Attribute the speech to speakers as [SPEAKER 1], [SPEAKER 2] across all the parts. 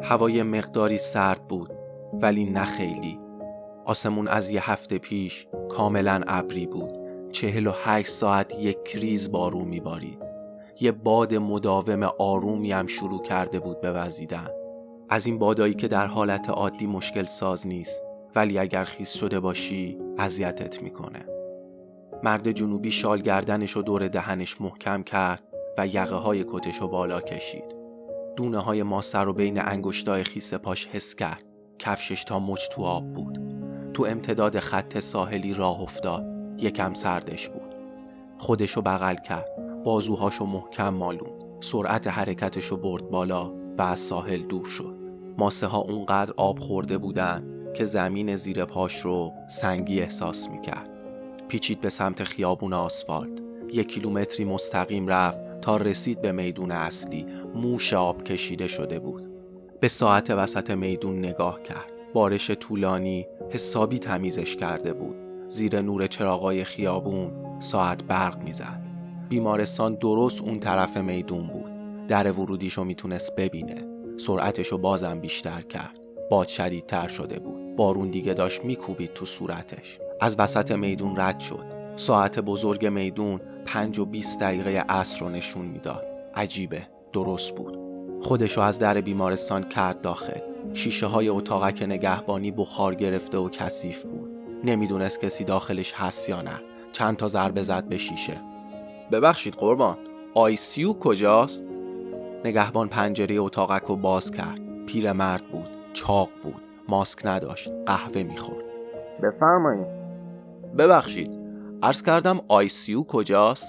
[SPEAKER 1] هوای مقداری سرد بود، ولی نه خیلی. آسمون از یه هفته پیش کاملا ابری بود. 48 ساعت یک ریز بارون میبارید. یه باد مداوم آرومی هم شروع کرده بود به وزیدن. از این بادایی که در حالت عادی مشکل ساز نیست، ولی اگر خیس شده باشی اذیتت میکنه. مرد جنوبی شال گردنشو دور دهنش محکم کرد و یقه های کتشو بالا کشید. دونه های ماسه رو بین انگشتای خیس پاش حس کرد. کفشش تا مچ تو آب بود. تو امتداد خط ساحلی راه افتاد. یکم سردش بود. خودشو بغل کرد. بازوهاشو محکم مالون. سرعت حرکتشو برد بالا و از ساحل دور شد. ماسه ها اونقدر آب خورده بودن که زمین زیر پاش رو سنگی احساس میکرد. پیچید به سمت خیابون آسفالت. 1 کیلومتری مستقیم رفت تا رسید به میدون اصلی. موش آب کشیده شده بود. به ساعت وسط میدون نگاه کرد. بارش طولانی حسابی تمیزش کرده بود. زیر نور چراغای خیابون ساعت برق میزد. بیمارستان درست اون طرف میدون بود. در ورودیشو میتونست ببینه. سرعتشو بازم بیشتر کرد. باد شدیدتر شده بود. بارون دیگه داشت میکوبید تو صورتش. از وسط میدون رد شد. ساعت بزرگ میدون 5:20 عصر رو نشون میداد. عجیبه، درست بود. خودشو از در بیمارستان کرد داخل. شیشه های اتاقک نگهبانی بخار گرفته و کثیف بود. نمیدونست کسی داخلش هست یا نه. چند تا ضربه زد به شیشه. ببخشید قربان، آیسیو کجاست؟ نگهبان پنجره اتاقک رو باز کرد. پیرمرد بود، چاق بود، ماسک نداشت، قهوه میخورد.
[SPEAKER 2] بفرمایید.
[SPEAKER 1] ببخشید، عرض کردم آیسیو کجاست؟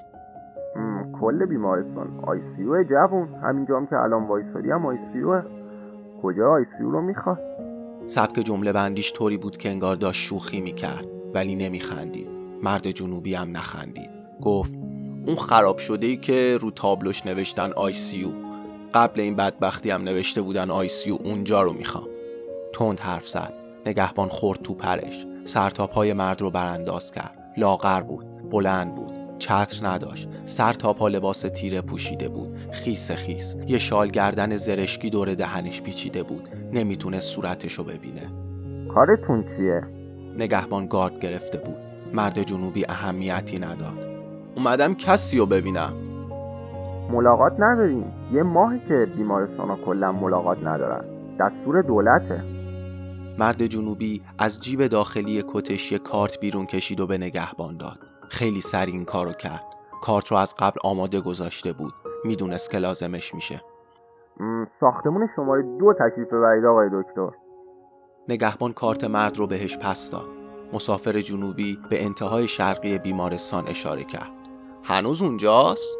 [SPEAKER 2] کل بیمارستان آیسیو جوون، همینجا هم که الان وایسادی هم آیسیوه. کجا آیسیو رو میخواد؟
[SPEAKER 1] سبک جمله بندیش طوری بود که انگار داشت شوخی میکرد، ولی نمیخندید. مرد جنوبی هم نخندید. گفت اون خراب شده ای که رو تابلوش نوشتن آیسیو. قبل این بدبختی هم نوشته بودن آیسیو، اونجا رو میخوام. تند حرف زد. نگهبان خورد تو پرش. سر تا پای مرد رو برانداز کرد. لاغر بود، بلند بود، چتر نداشت. سر تا پا لباس تیره پوشیده بود، خیس خیس. یه شال گردن زرشکی دور دهنش پیچیده بود. نمیتونست صورتشو ببینه.
[SPEAKER 2] کارتون چیه؟
[SPEAKER 1] نگهبان گارد گرفته بود. مرد جنوبی اهمیتی نداد. اومدم کسی رو ببینم.
[SPEAKER 2] ملاقات نداریم. 1 ماهه که بیمارستان ها کلا ملاقات ندارن. دستور دولته.
[SPEAKER 1] مرد جنوبی از جیب داخلی کتش یه کارت بیرون کشید و به نگهبان داد. خیلی سریع این کارو کرد. کارت رو از قبل آماده گذاشته بود. میدونست که لازمش میشه.
[SPEAKER 2] ساختمون شماره 2 تشریف ببرید آقای دکتر.
[SPEAKER 1] نگهبان کارت مرد رو بهش پس داد. مسافر جنوبی به انتهای شرقی بیمارستان اشاره کرد. هنوز اونجاست؟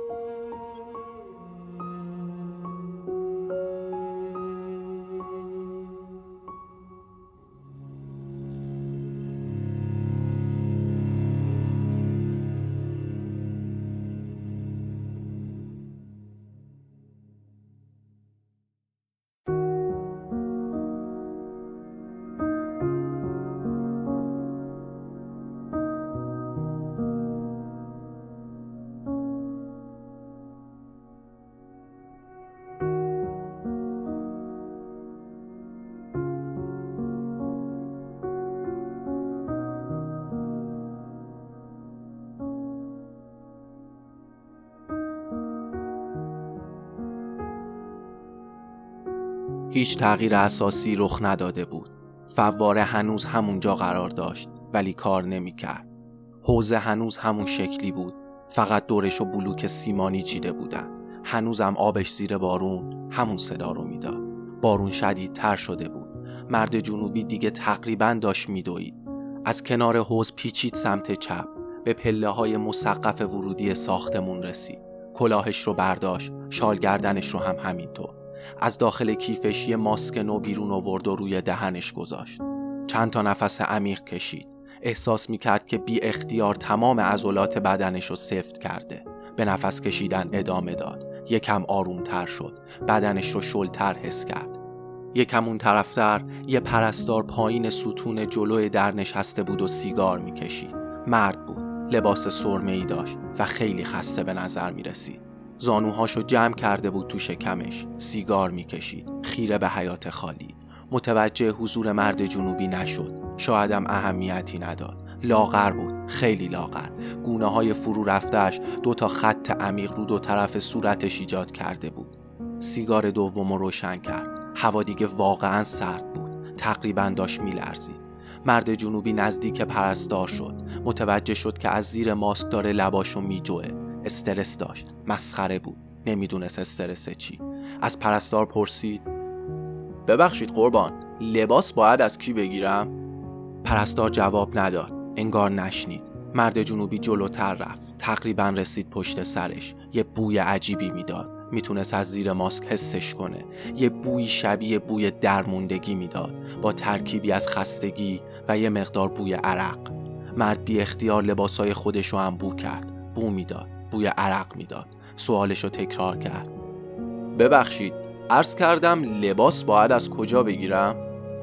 [SPEAKER 1] هیچ تغییر اساسی رخ نداده بود. فواره هنوز همونجا قرار داشت، ولی کار نمی‌کرد. حوضه هنوز همون شکلی بود، فقط دورشو بلوک سیمانی چیده بودن. هنوزم آبش زیر بارون همون صدا رو میداد. بارون شدیدتر شده بود. مرد جنوبی دیگه تقریباً داشت میدوید. از کنار حوض پیچید سمت چپ. به پله‌های مسقف ورودی ساختمون رسید. کلاهش رو برداشت، شال گردنش رو هم همینطور. از داخل کیفش یه ماسک نو بیرون آورد و روی دهنش گذاشت. چند تا نفس عمیق کشید. احساس میکرد که بی اختیار تمام عضلات بدنش رو سفت کرده. به نفس کشیدن ادامه داد. یکم آرومتر شد. بدنش رو شلتر حس کرد. یکم اون طرفتر یه پرستار پایین ستون جلوی در نشسته بود و سیگار میکشید. مرد بود. لباس سرمه‌ای داشت و خیلی خسته به نظر میرسید. زانوهاشو جمع کرده بود تو شکمش. سیگار میکشید، خیره به حیات خالی. متوجه حضور مرد جنوبی نشد. شایدم اهمیتی نداد. لاغر بود، خیلی لاغر. گونه های فرو رفتش 2 خط عمیق رو 2 طرف صورتش ایجاد کرده بود. سیگار دومو روشن کرد. هوا دیگه واقعا سرد بود. تقریبا داشت میلرزید. مرد جنوبی نزدیک پرستار شد. متوجه شد که از زیر ماسک داره لباشو میجوه. استرس داشت. مسخره بود. نمیدونست استرس چی. از پرستار پرسید: ببخشید قربان، لباس باید از کی بگیرم؟ پرستار جواب نداد. انگار نشنید. مرد جنوبی جلوتر رفت. تقریبا رسید پشت سرش. یه بوی عجیبی میداد. میتونست از زیر ماسک حسش کنه. یه بوی شبیه بوی درموندگی میداد، با ترکیبی از خستگی و یه مقدار بوی عرق. مرد بی اختیار لباسای خودشو هم بو کرد. بو میداد. بوی عرق میداد. سوالشو تکرار کرد: ببخشید، عرض کردم لباس باید از کجا بگیرم؟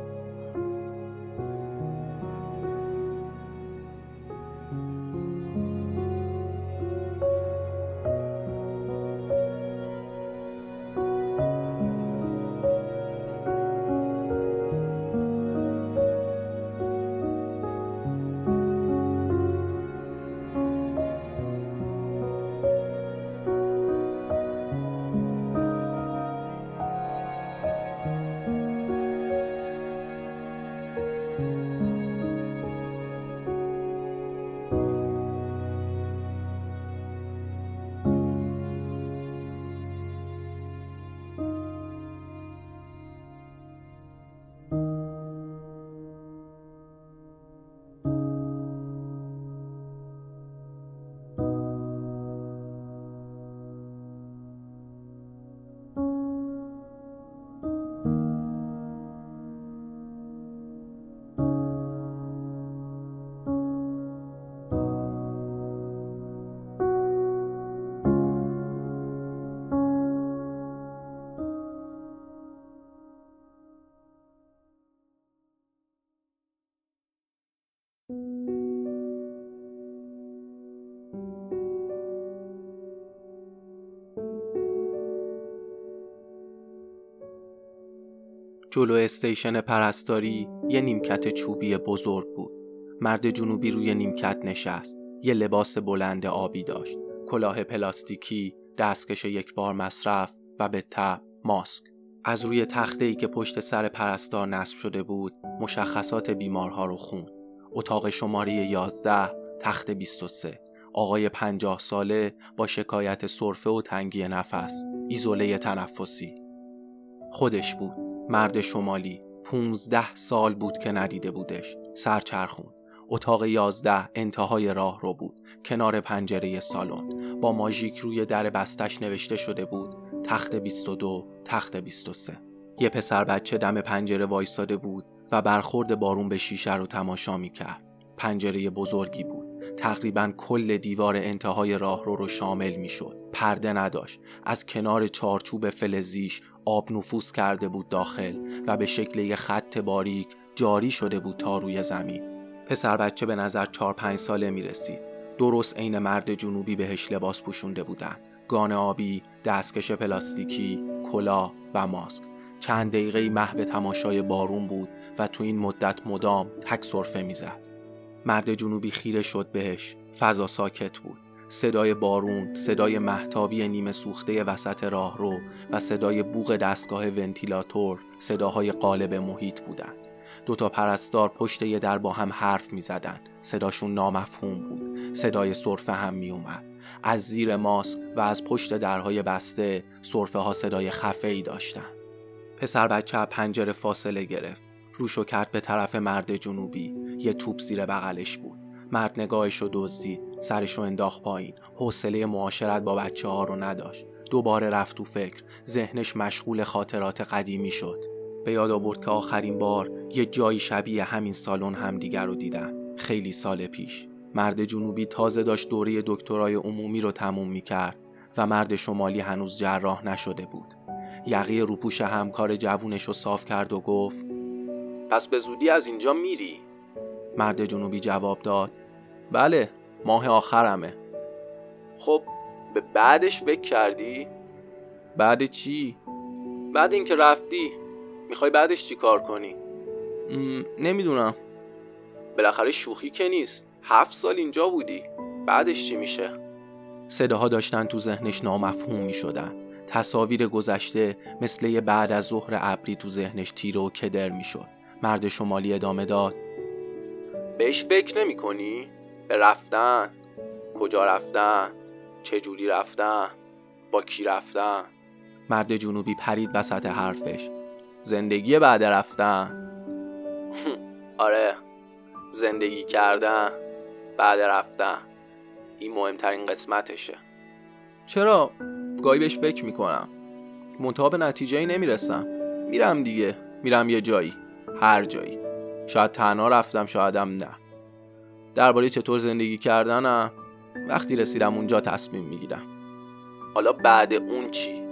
[SPEAKER 1] جلو استیشن پرستاری یه نیمکت چوبی بزرگ بود. مرد جنوبی روی نیمکت نشست. یه لباس بلند آبی داشت. کلاه پلاستیکی، دستکش 1 بار مصرف و به تب ماسک. از روی تخته‌ای که پشت سر پرستار نصب شده بود، مشخصات بیمارها رو خوند. اتاق شماره 11، تخت 23. آقای 50 ساله با شکایت سرفه و تنگی نفس، ایزوله تنفسی. خودش بود. مرد شمالی. 15 سال بود که ندیده بودش. سرچرخون. اتاق 11 انتهای راه رو بود، کنار پنجره سالن. با ماژیک روی در بستش نوشته شده بود: تخت 22، تخت 23. یه پسر بچه دم پنجره وایساده بود و برخورد بارون به شیشه رو تماشا می‌کرد. پنجره بزرگی بود. تقریباً کل دیوار انتهای راه رو شامل می‌شد. پرده نداشت. از کنار چارچوب فلزیش آب نفوذ کرده بود داخل و به شکل یه خط باریک جاری شده بود تا روی زمین. پسر بچه به نظر 4-5 ساله می رسید. درست عین مرد جنوبی بهش لباس پوشونده بودن. گان آبی، دستکش پلاستیکی، کلاه و ماسک. چند دقیقه‌ای محو تماشای بارون بود و تو این مدت مدام تک سرفه می زد. مرد جنوبی خیره شد بهش. فضا ساکت بود. صدای بارون، صدای مهتابی نیمه سوخته وسط راهرو و صدای بوق دستگاه ونتیلاتور صداهای غالب محیط بودند. 2 پرستار پشت یه در با هم حرف می زدن. صداشون نامفهوم بود. صدای سرفه هم می اومد. از زیر ماسک و از پشت درهای بسته سرفه ها صدای خفه‌ای داشتن. پسر بچه از پنجره فاصله گرفت. روشو کرد به طرف مرد جنوبی. یه توپ زیر بغلش بود. مرد نگاهشو دزدید. سرشو انداخت پایین. حوصله معاشرت با بچه‌ها رو نداشت. دوباره رفت تو فکر. ذهنش مشغول خاطرات قدیمی شد. به یاد آورد که آخرین بار یه جایی شبیه همین سالن همدیگر رو دیدن. خیلی سال پیش. مرد جنوبی تازه داشت دوره دکترای عمومی رو تموم می‌کرد و مرد شمالی هنوز جراح نشده بود. یقه روپوش همکار جوونش رو صاف کرد و گفت: پس به زودی از اینجا میری؟ مرد جنوبی جواب داد: بله، ماه آخرمه. خب به بعدش فکر کردی؟ بعد چی؟ بعد اینکه رفتی میخوای بعدش چی کار کنی؟ نمیدونم. بالاخره شوخی که نیست، 7 سال اینجا بودی، بعدش چی میشه؟ صداها داشتن تو ذهنش نامفهوم میشدن. تصاویر گذشته مثل یه بعد از ظهر ابری تو ذهنش تیره و کدر میشد. مرد شمالی ادامه داد: بهش فکر نمی کنی؟ به رفتن؟ کجا رفتن؟ چجوری رفتن؟ با کی رفتن؟ مرد جنوبی پرید وسط حرفش: زندگی بعد رفتن. آره، زندگی کردن بعد رفتن، این مهمترین قسمتشه. چرا؟ گاهی بهش فکر میکنم، منتها به نتیجه‌ای نمیرسم. میرم دیگه، میرم یه جایی، هر جایی. شاید تنها رفتم، شایدم نه. درباره چطور زندگی کردنم وقتی رسیدم اونجا تصمیم میگیرم. حالا بعد اون چی؟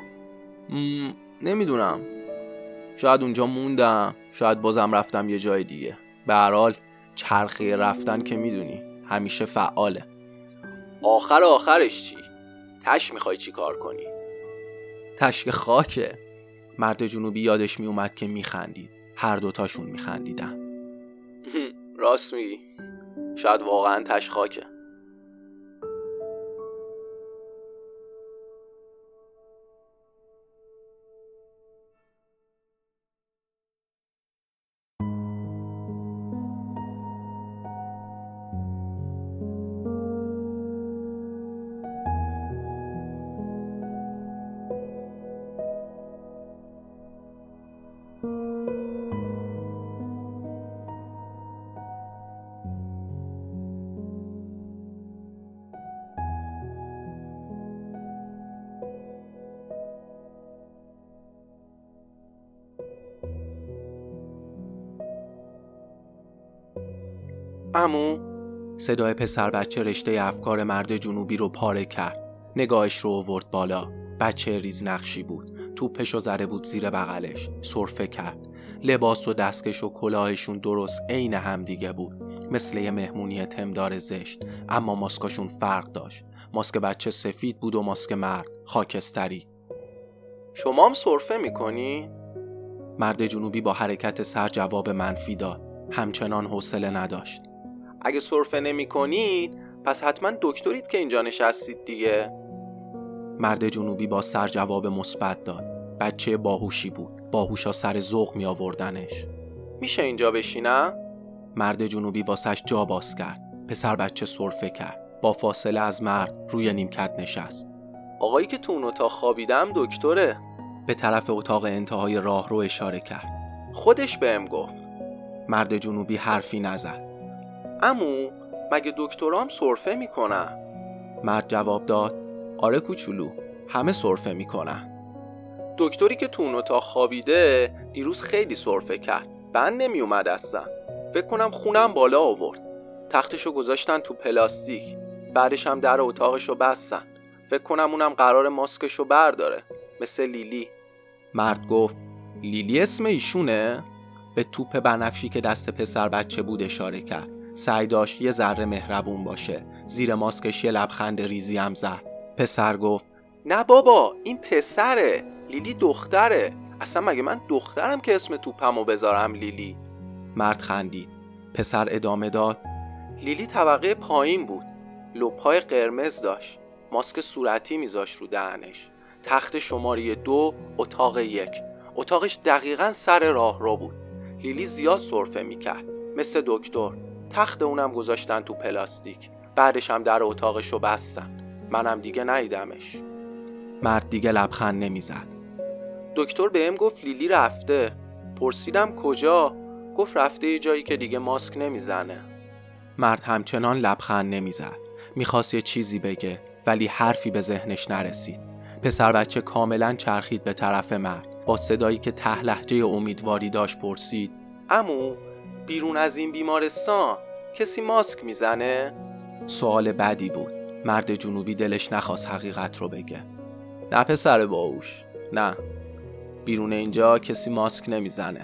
[SPEAKER 1] نمیدونم. شاید اونجا موندم، شاید بازم رفتم یه جای دیگه. به هر حال چرخه رفتن که میدونی همیشه فعاله. آخرش چی؟ تش میخوای چی کار کنی؟ تشک خاکه. مرد جنوبی یادش میومد که میخندید. هر دوتاشون میخندیدن. راست میگی، شاید واقعا تش خاکه. عمو، صدای پسر بچه رشته افکار مرد جنوبی رو پاره کرد. نگاهش رو آورد بالا. بچه ریز نقشی بود. توپشو زده بود زیر بغلش. سرفه کرد. لباس و دستکش و کلاهشون درست عین هم دیگه بود، مثل یه مهمونی تمدار زشت. اما ماسکاشون فرق داشت. ماسک بچه سفید بود و ماسک مرد خاکستری. شما هم سرفه میکنی؟ مرد جنوبی با حرکت سر جواب منفی داد. همچنان حوصله نداشت. اگه سرفه نمی کنید پس حتما دکترید که اینجا نشستید دیگه. مرد جنوبی با سر جواب مثبت داد. بچه باهوشی بود. باهوشا سر ذوق می آوردنش. میشه اینجا بشینم؟ مرد جنوبی واسش جا باز کرد. پسر بچه سرفه کرد. با فاصله از مرد روی نیمکت نشست. آقایی که تو اون اتاق خوابیدم دکتره. به طرف اتاق انتهای راه رو اشاره کرد. خودش بهم گفت. مرد جنوبی حرفی نزد. عمو، مگه دکترام سرفه میکنن؟ مرد جواب داد: آره کوچولو، همه سرفه میکنن. دکتری که تو اون اتاق خوابیده دیروز خیلی سرفه کرد. بند نمی اومد اصلا. فکر کنم خونم بالا آورد. تختشو گذاشتن تو پلاستیک. بعدش هم در اتاقشو بستن. فکر کنم اونم قرار ماسکشو برداره، مثل لیلی. مرد گفت: لیلی اسم ایشونه؟ به توپ بنفشی که دست پسر بچه بود اشاره کرد. سعی داشت یه ذره مهربون باشه. زیر ماسکش یه لبخند ریزی هم زد. پسر گفت: نه بابا، این پسره، لیلی دختره. اصلا مگه من دخترم که اسم توپمو بذارم لیلی؟ مرد خندید. پسر ادامه داد: لیلی طبقه پایین بود، لپای قرمز داشت، ماسک صورتی میذاشت رو دهنش. تخت شماره 2 اتاق 1. اتاقش دقیقاً سر راه رو بود. لیلی زیاد سرفه میکرد، مثل دکتر. تخت اونم گذاشتن تو پلاستیک. بعدش هم در اتاقشو بستن. منم دیگه ندیدمش. مرد دیگه لبخند نمیزد. دکتر بهم گفت لیلی رفته. پرسیدم کجا؟ گفت رفته یه جایی که دیگه ماسک نمیزنه. مرد همچنان لبخند نمیزد. میخواست یه چیزی بگه ولی حرفی به ذهنش نرسید. پسر بچه کاملا چرخید به طرف مرد. با صدایی که ته لهجه امیدواری داشت پرسید: عمو، بیرون از این بیمارستان کسی ماسک میزنه؟ سوال بدی بود. مرد جنوبی دلش نخواست حقیقت رو بگه. نه پسر باهوش، نه، بیرون اینجا کسی ماسک نمیزنه.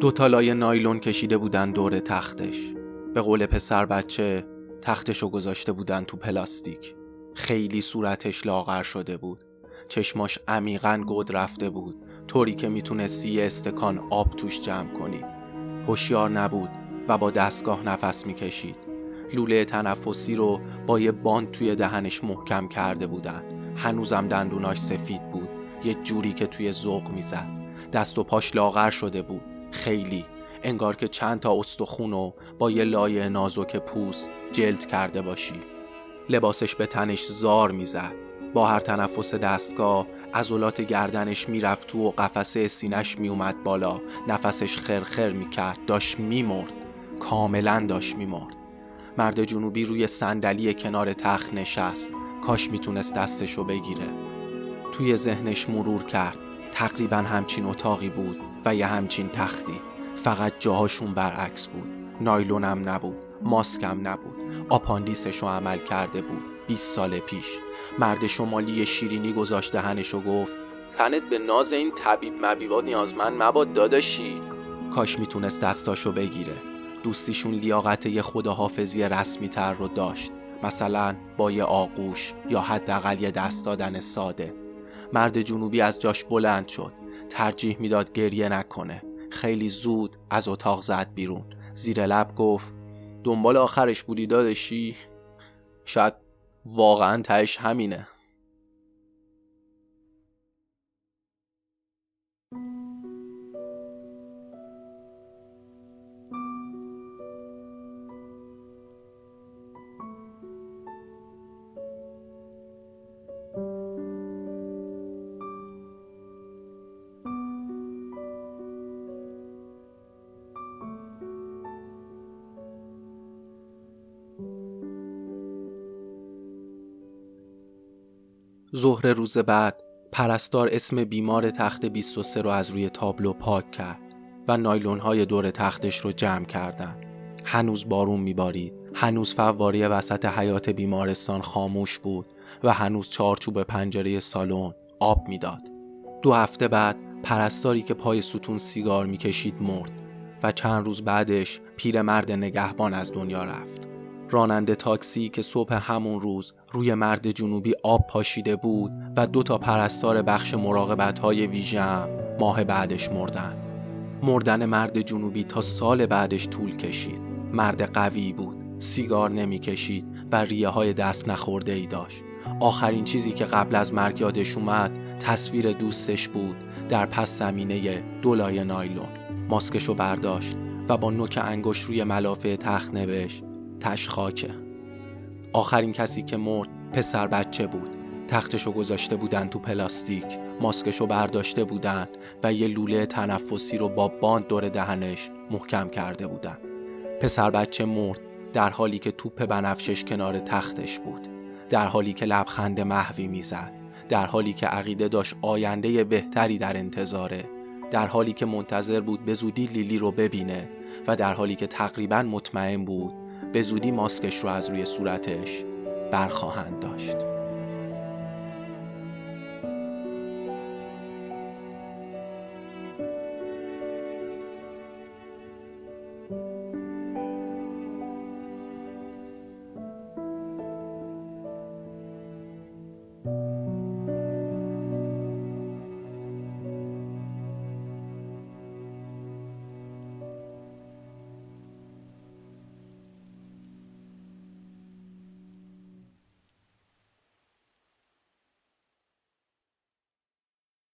[SPEAKER 1] 2 لایه نایلون کشیده بودن دور تختش. به قول پسر بچه تختشو گذاشته بودن تو پلاستیک. خیلی صورتش لاغر شده بود. چشماش عمیقاً گود رفته بود، طوری که میتونستی یه استکان آب توش جمع کنی. هوشیار نبود و با دستگاه نفس میکشید. لوله تنفسی رو با یه باند توی دهنش محکم کرده بودن. هنوزم دندوناش سفید بود، یه جوری که توی ذوق میزد. دست و پاش لاغر شده بود، خیلی، انگار که چند تا استخونو با یه لایه نازک پوست جلد کرده باشی. لباسش به تنش زار میزد. با هر تنفس دستگاه عضلات گردنش میرفت تو و قفسه سینش میومد بالا. نفسش خرخر میکرد، داشت میمرد، کاملا داشت میمرد. مرد جنوبی روی صندلی کنار تخت نشست. کاش میتونست دستشو بگیره. توی ذهنش مرور کرد تقریبا همچین اتاقی بود و یه همچین تختی، فقط جاهاشون برعکس بود. نایلونم نبود، ماسکم نبود، آپاندیسشو عمل کرده بود 20 سال پیش. مرد شمالی شیرینی گذاشت دهنشو گفت تنت به ناز این طبیب مبیبا نیازمند مباد داداشی. کاش میتونست دستاشو بگیره. دوستیشون لیاقت یه خداحافظی رسمی تر رو داشت، مثلا با یه آغوش یا حداقل یه دست دادن ساده. مرد جنوبی از جاش بلند شد. ترجیح میداد گریه نکنه. خیلی زود از اتاق زد بیرون. زیر لب گفت دنبال آخرش بودی داداشی؟ شاید واقعا تهش همینه. ظهر روز بعد پرستار اسم بیمار تخت 23 رو از روی تابلو پاک کرد و نایلون‌های دور تختش رو جمع کردن. هنوز بارون میبارید. هنوز فواره وسط حیاط بیمارستان خاموش بود و هنوز چارچوب پنجره سالن آب میداد. 2 هفته بعد پرستاری که پای ستون سیگار میکشید مرد و چند روز بعدش پیرمرد نگهبان از دنیا رفت. راننده تاکسی که صبح همون روز روی مرد جنوبی آب پاشیده بود و 2 تا پرستار بخش مراقبت‌های ویژه ماه بعدش مردن. مردن مرد جنوبی تا سال بعدش طول کشید. مرد قوی بود، سیگار نمی‌کشید و ریه‌های دست نخورده‌ای داشت. آخرین چیزی که قبل از مرگ یادش اومد تصویر دوستش بود در پس زمینه 2 لایه نایلون. ماسکشو برداشت و با نوک انگشت روی ملافه تخت نوشت تش خاکه. آخرین کسی که مرد پسر بچه بود. تختشو گذاشته بودن تو پلاستیک، ماسکشو برداشته بودن و یه لوله تنفسی رو با باند دور دهنش محکم کرده بودن. پسر بچه مرد در حالی که توپ بنفشش کنار تختش بود، در حالی که لبخند محوی میزد، در حالی که عقیده داشت آینده بهتری در انتظاره، در حالی که منتظر بود به زودی لیلی رو ببینه و در حالی که تقریباً مطمئن بود به زودی ماسکش رو از روی صورتش برخواهند داشت.